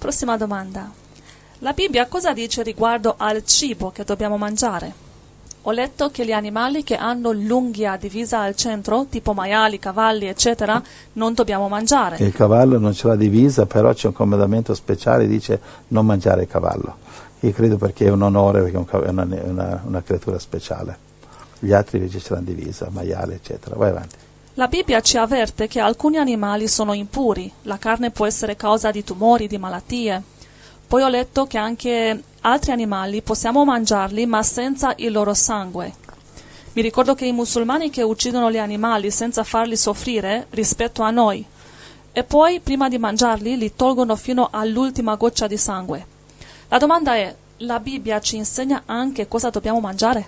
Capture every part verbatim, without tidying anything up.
Prossima domanda. La Bibbia cosa dice riguardo al cibo che dobbiamo mangiare? Ho letto che gli animali che hanno l'unghia divisa al centro, tipo maiali, cavalli, eccetera, non dobbiamo mangiare. Il cavallo non ce l'ha divisa, però c'è un comandamento speciale, dice non mangiare il cavallo. Io credo perché è un onore, perché è una, una, una creatura speciale. Gli altri invece ce l'hanno divisa, maiale, eccetera. Vai avanti. La Bibbia ci avverte che alcuni animali sono impuri, la carne può essere causa di tumori, di malattie. Poi ho letto che anche altri animali possiamo mangiarli ma senza il loro sangue. Mi ricordo che i musulmani che uccidono gli animali senza farli soffrire rispetto a noi e poi prima di mangiarli li tolgono fino all'ultima goccia di sangue. La domanda è, la Bibbia ci insegna anche cosa dobbiamo mangiare?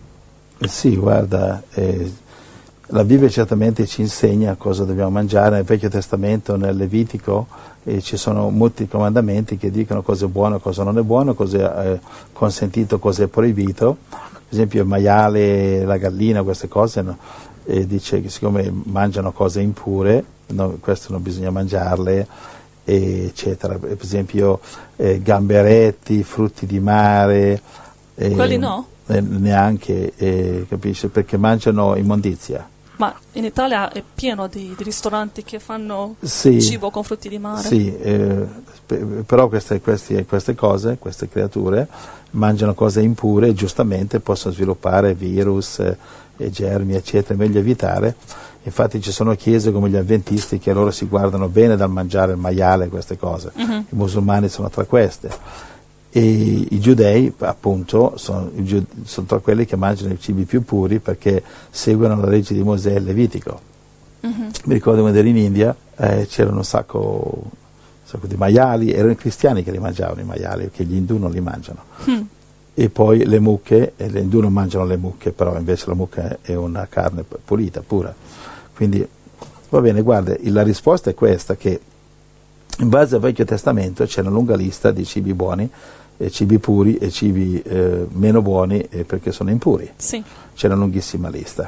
Eh sì, guarda, eh, la Bibbia certamente ci insegna cosa dobbiamo mangiare. Nel Vecchio Testamento, nel Levitico, e ci sono molti comandamenti che dicono cosa è buono e cosa non è buono, cosa è consentito, cosa è proibito. Per esempio il maiale, la gallina, queste cose, no? E dice che siccome mangiano cose impure, no, questo non bisogna mangiarle, eccetera. Per esempio eh, gamberetti, frutti di mare. Eh, Quelli no? Eh, neanche, eh, capisci? Perché mangiano immondizia. Ma in Italia è pieno di, di ristoranti che fanno sì, cibo con frutti di mare. Sì, eh, però queste, queste, queste cose, queste creature, mangiano cose impure e giustamente possono sviluppare virus eh, e germi, eccetera, è meglio evitare. Infatti ci sono chiese come gli avventisti che loro si guardano bene dal mangiare il maiale e queste cose. Uh-huh. I musulmani sono tra queste. E i giudei, appunto, sono, sono tra quelli che mangiano i cibi più puri perché seguono la legge di Mosè e il Levitico. Uh-huh. Mi ricordo quando ero in India, eh, c'erano un sacco, un sacco di maiali, erano i cristiani che li mangiavano i maiali, perché gli indù non li mangiano. Uh-huh. E poi le mucche, e gli indù non mangiano le mucche, però invece la mucca è una carne pulita, pura. Quindi, va bene, guarda, la risposta è questa, che in base al Vecchio Testamento c'è una lunga lista di cibi buoni, e cibi puri e cibi eh, meno buoni eh, perché sono impuri. Sì. C'è una lunghissima lista.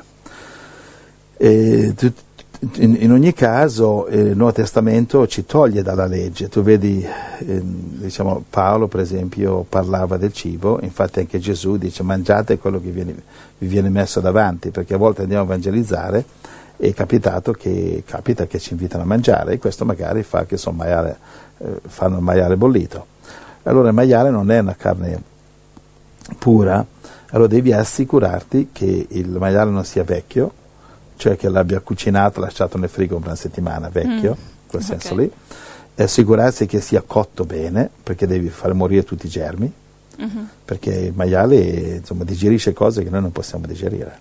E, tu, in, in ogni caso eh, il Nuovo Testamento ci toglie dalla legge. Tu vedi, eh, diciamo, Paolo per esempio parlava del cibo, infatti anche Gesù dice mangiate quello che viene, vi viene messo davanti, perché a volte andiamo a evangelizzare e è capitato che, capita che ci invitano a mangiare e questo magari fa che son maiale, eh, fanno il maiale bollito. Allora il maiale non è una carne pura, allora devi assicurarti che il maiale non sia vecchio, cioè che l'abbia cucinato, lasciato nel frigo per una settimana vecchio, mm. quel senso okay. lì, e assicurarsi che sia cotto bene, perché devi far morire tutti i germi, mm-hmm. perché il maiale insomma, digerisce cose che noi non possiamo digerire.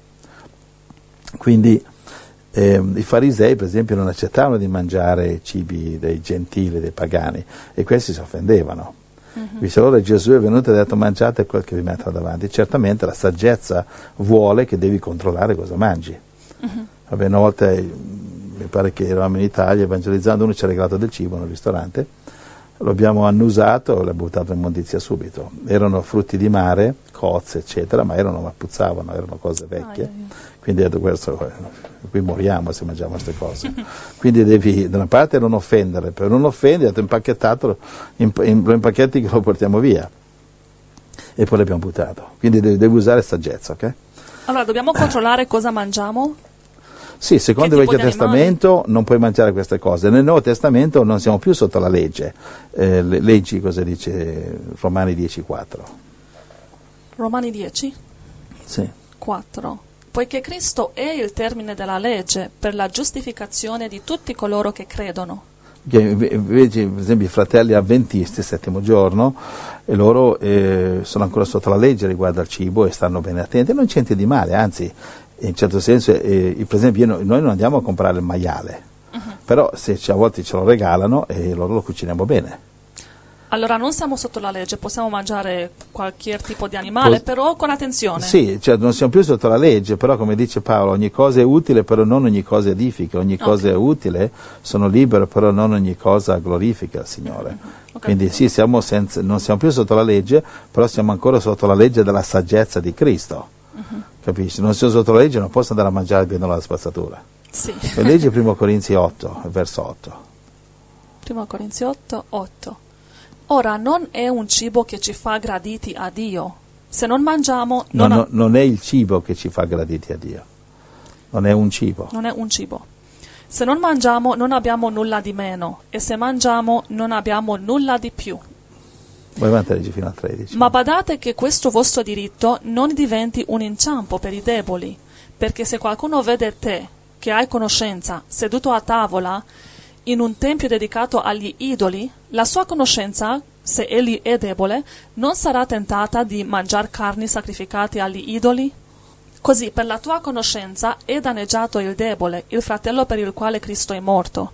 Quindi eh, i farisei per esempio non accettavano di mangiare cibi dei gentili, dei pagani, e questi si offendevano. Uh-huh. Dice, allora Gesù è venuto e ha detto mangiate quel che vi mettono davanti. Certamente la saggezza vuole che devi controllare cosa mangi. Uh-huh. Vabbè, una volta mi pare che eravamo in Italia evangelizzando, uno ci ha regalato del cibo in un ristorante, lo abbiamo annusato e l'ha buttato in immondizia subito. Erano frutti di mare, cozze eccetera, ma erano, ma puzzavano, erano cose vecchie. Ah, yeah, yeah. Quindi ho detto questo, qui moriamo se mangiamo queste cose. Quindi devi da una parte non offendere, per non offendere ho detto impacchettatelo, in, in, lo impacchetti che lo portiamo via. E poi l'abbiamo buttato. Quindi devi, devi usare saggezza, ok? Allora dobbiamo controllare cosa mangiamo? Sì, secondo il Vecchio Testamento non puoi mangiare queste cose. Nel Nuovo Testamento non siamo più sotto la legge. Eh, le, leggi, cosa dice Romani dieci quattro? Romani dieci? Sì. quattro. Poiché Cristo è il termine della legge per la giustificazione di tutti coloro che credono. Che, vedi, per esempio, i fratelli avventisti, settimo giorno, e loro eh, sono ancora sotto la legge riguardo al cibo e stanno bene attenti. Non c'è niente di male, anzi, in certo senso, eh, per esempio, io, noi non andiamo a comprare il maiale, uh-huh. però se a volte ce lo regalano e loro lo cuciniamo bene. Allora non siamo sotto la legge, possiamo mangiare qualche tipo di animale, Pos- però con attenzione. Sì, cioè non siamo più sotto la legge, però come dice Paolo, ogni cosa è utile, però non ogni cosa edifica, ogni okay. cosa è utile, sono libero, però non ogni cosa glorifica il Signore. Mm-hmm. Okay. Quindi sì, siamo senza, non siamo più sotto la legge, però siamo ancora sotto la legge della saggezza di Cristo. Mm-hmm. Capisci? Non siamo sotto la legge, non posso andare a mangiare il piano della spazzatura. Sì. E legge primo Corinzi otto, verso otto. primo Corinzi otto, otto. Ora non è un cibo che ci fa graditi a Dio. Se non mangiamo... Non, Non, no, non è il cibo che ci fa graditi a Dio. Non è un cibo. non è un cibo. Se non mangiamo non abbiamo nulla di meno, e se mangiamo non abbiamo nulla di più. Vai avanti, leggi fino al tredici. Ma badate che questo vostro diritto non diventi un inciampo per i deboli, perché se qualcuno vede te, che hai conoscenza, seduto a tavola in un tempio dedicato agli idoli, la sua conoscenza, se egli è debole, non sarà tentata di mangiar carni sacrificate agli idoli? Così per la tua conoscenza è danneggiato il debole, il fratello per il quale Cristo è morto.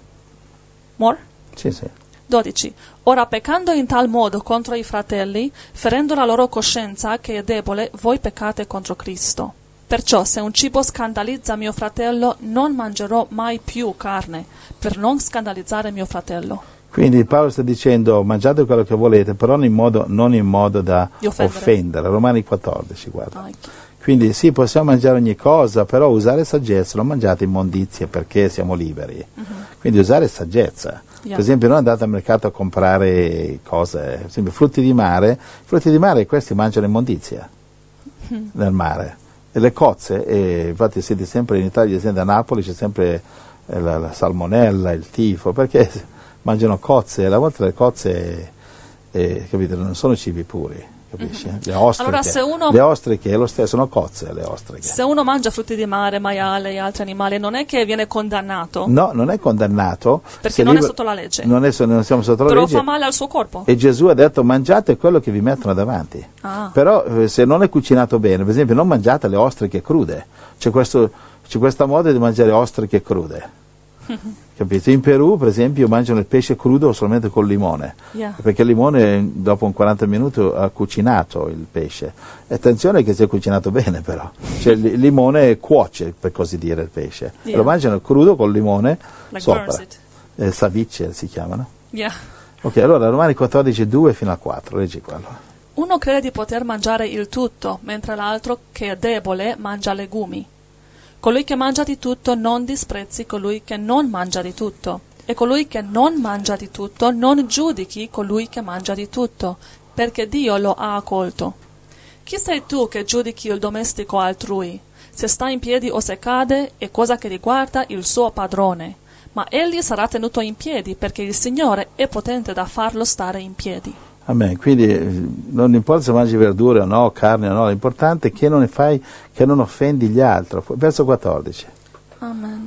More? Sì, sì. dodici. Ora, peccando in tal modo contro i fratelli, ferendo la loro coscienza che è debole, voi peccate contro Cristo. Perciò, se un cibo scandalizza mio fratello, non mangerò mai più carne, per non scandalizzare mio fratello. Quindi Paolo sta dicendo mangiate quello che volete, però in modo, non in modo da Di offendere. offendere. Romani quattordici, guarda. Ah, ecco. Quindi sì, possiamo mangiare ogni cosa, però usare saggezza, non mangiate immondizie perché siamo liberi. Mhm. Quindi usare saggezza. Yeah. Per esempio non andate al mercato a comprare cose, per esempio frutti di mare, frutti di mare questi mangiano immondizia Mm. nel mare. E le cozze, e infatti senti sempre in Italia, ad esempio a Napoli c'è sempre eh, la, la salmonella, il tifo, perché mangiano cozze, e a volte le cozze eh, capite, non sono cibi puri, capisci? Mhm. Le ostriche, Allora, se uno- le ostriche è lo stesso, sono cozze le ostriche. Se uno mangia frutti di mare, maiale e altri animali, non è che viene condannato, No, non è condannato. perché se non è liber- sotto la legge, Non, è, non siamo sotto la però legge. fa male al suo corpo. E Gesù ha detto mangiate quello che vi mettono davanti. Ah. Però eh, se non è cucinato bene, per esempio non mangiate le ostriche crude. C'è, questo, c'è questa moda di mangiare ostriche crude. Capito? In Perù, per esempio, mangiano il pesce crudo solamente col limone. Yeah. Perché il limone dopo un quaranta minuti ha cucinato il pesce. E attenzione che sia cucinato bene però. Cioè il limone cuoce, per così dire, il pesce. Yeah. Lo mangiano crudo col limone Like sopra. burns it. Eh, Savicce si chiamano. Yeah. Ok, allora Romani quattordici, due fino a quattro, leggi quello. Uno crede di poter mangiare il tutto, mentre l'altro, che è debole, mangia legumi. Colui che mangia di tutto non disprezzi colui che non mangia di tutto, e colui che non mangia di tutto non giudichi colui che mangia di tutto, perché Dio lo ha accolto. Chi sei tu che giudichi il domestico altrui? Se sta in piedi o se cade è cosa che riguarda il suo padrone, ma egli sarà tenuto in piedi perché il Signore è potente da farlo stare in piedi. Amen. Quindi eh, non importa se mangi verdure o no, carne o no, l'importante è che non ne fai, che non offendi gli altri. Verso quattordici. Amen.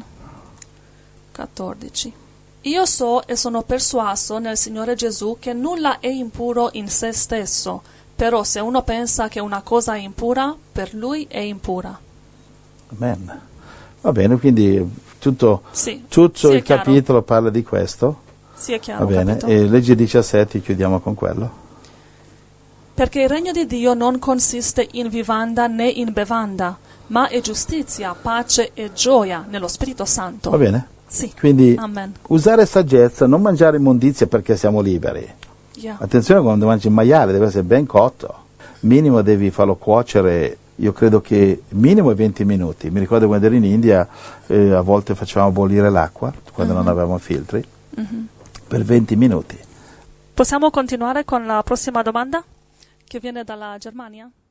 quattordici. Io so e sono persuaso nel Signore Gesù che nulla è impuro in se stesso, però se uno pensa che una cosa è impura, per lui è impura. Amen. Va bene, quindi tutto, Sì, tutto sì, è il chiaro. capitolo parla di questo. Sì, è chiaro, Va bene, capito? e leggi diciassette, chiudiamo con quello. Perché il regno di Dio non consiste in vivanda né in bevanda, ma è giustizia, pace e gioia nello Spirito Santo. Va bene? Sì. Quindi Amen. usare saggezza, non mangiare immondizia perché siamo liberi. Yeah. Attenzione quando mangi il maiale, deve essere ben cotto. Minimo devi farlo cuocere, io credo che minimo è venti minuti. Mi ricordo quando ero in India, eh, a volte facevamo bollire l'acqua, quando Mhm. non avevamo filtri, Mhm. per venti minuti. Possiamo continuare con la prossima domanda, che viene dalla Germania?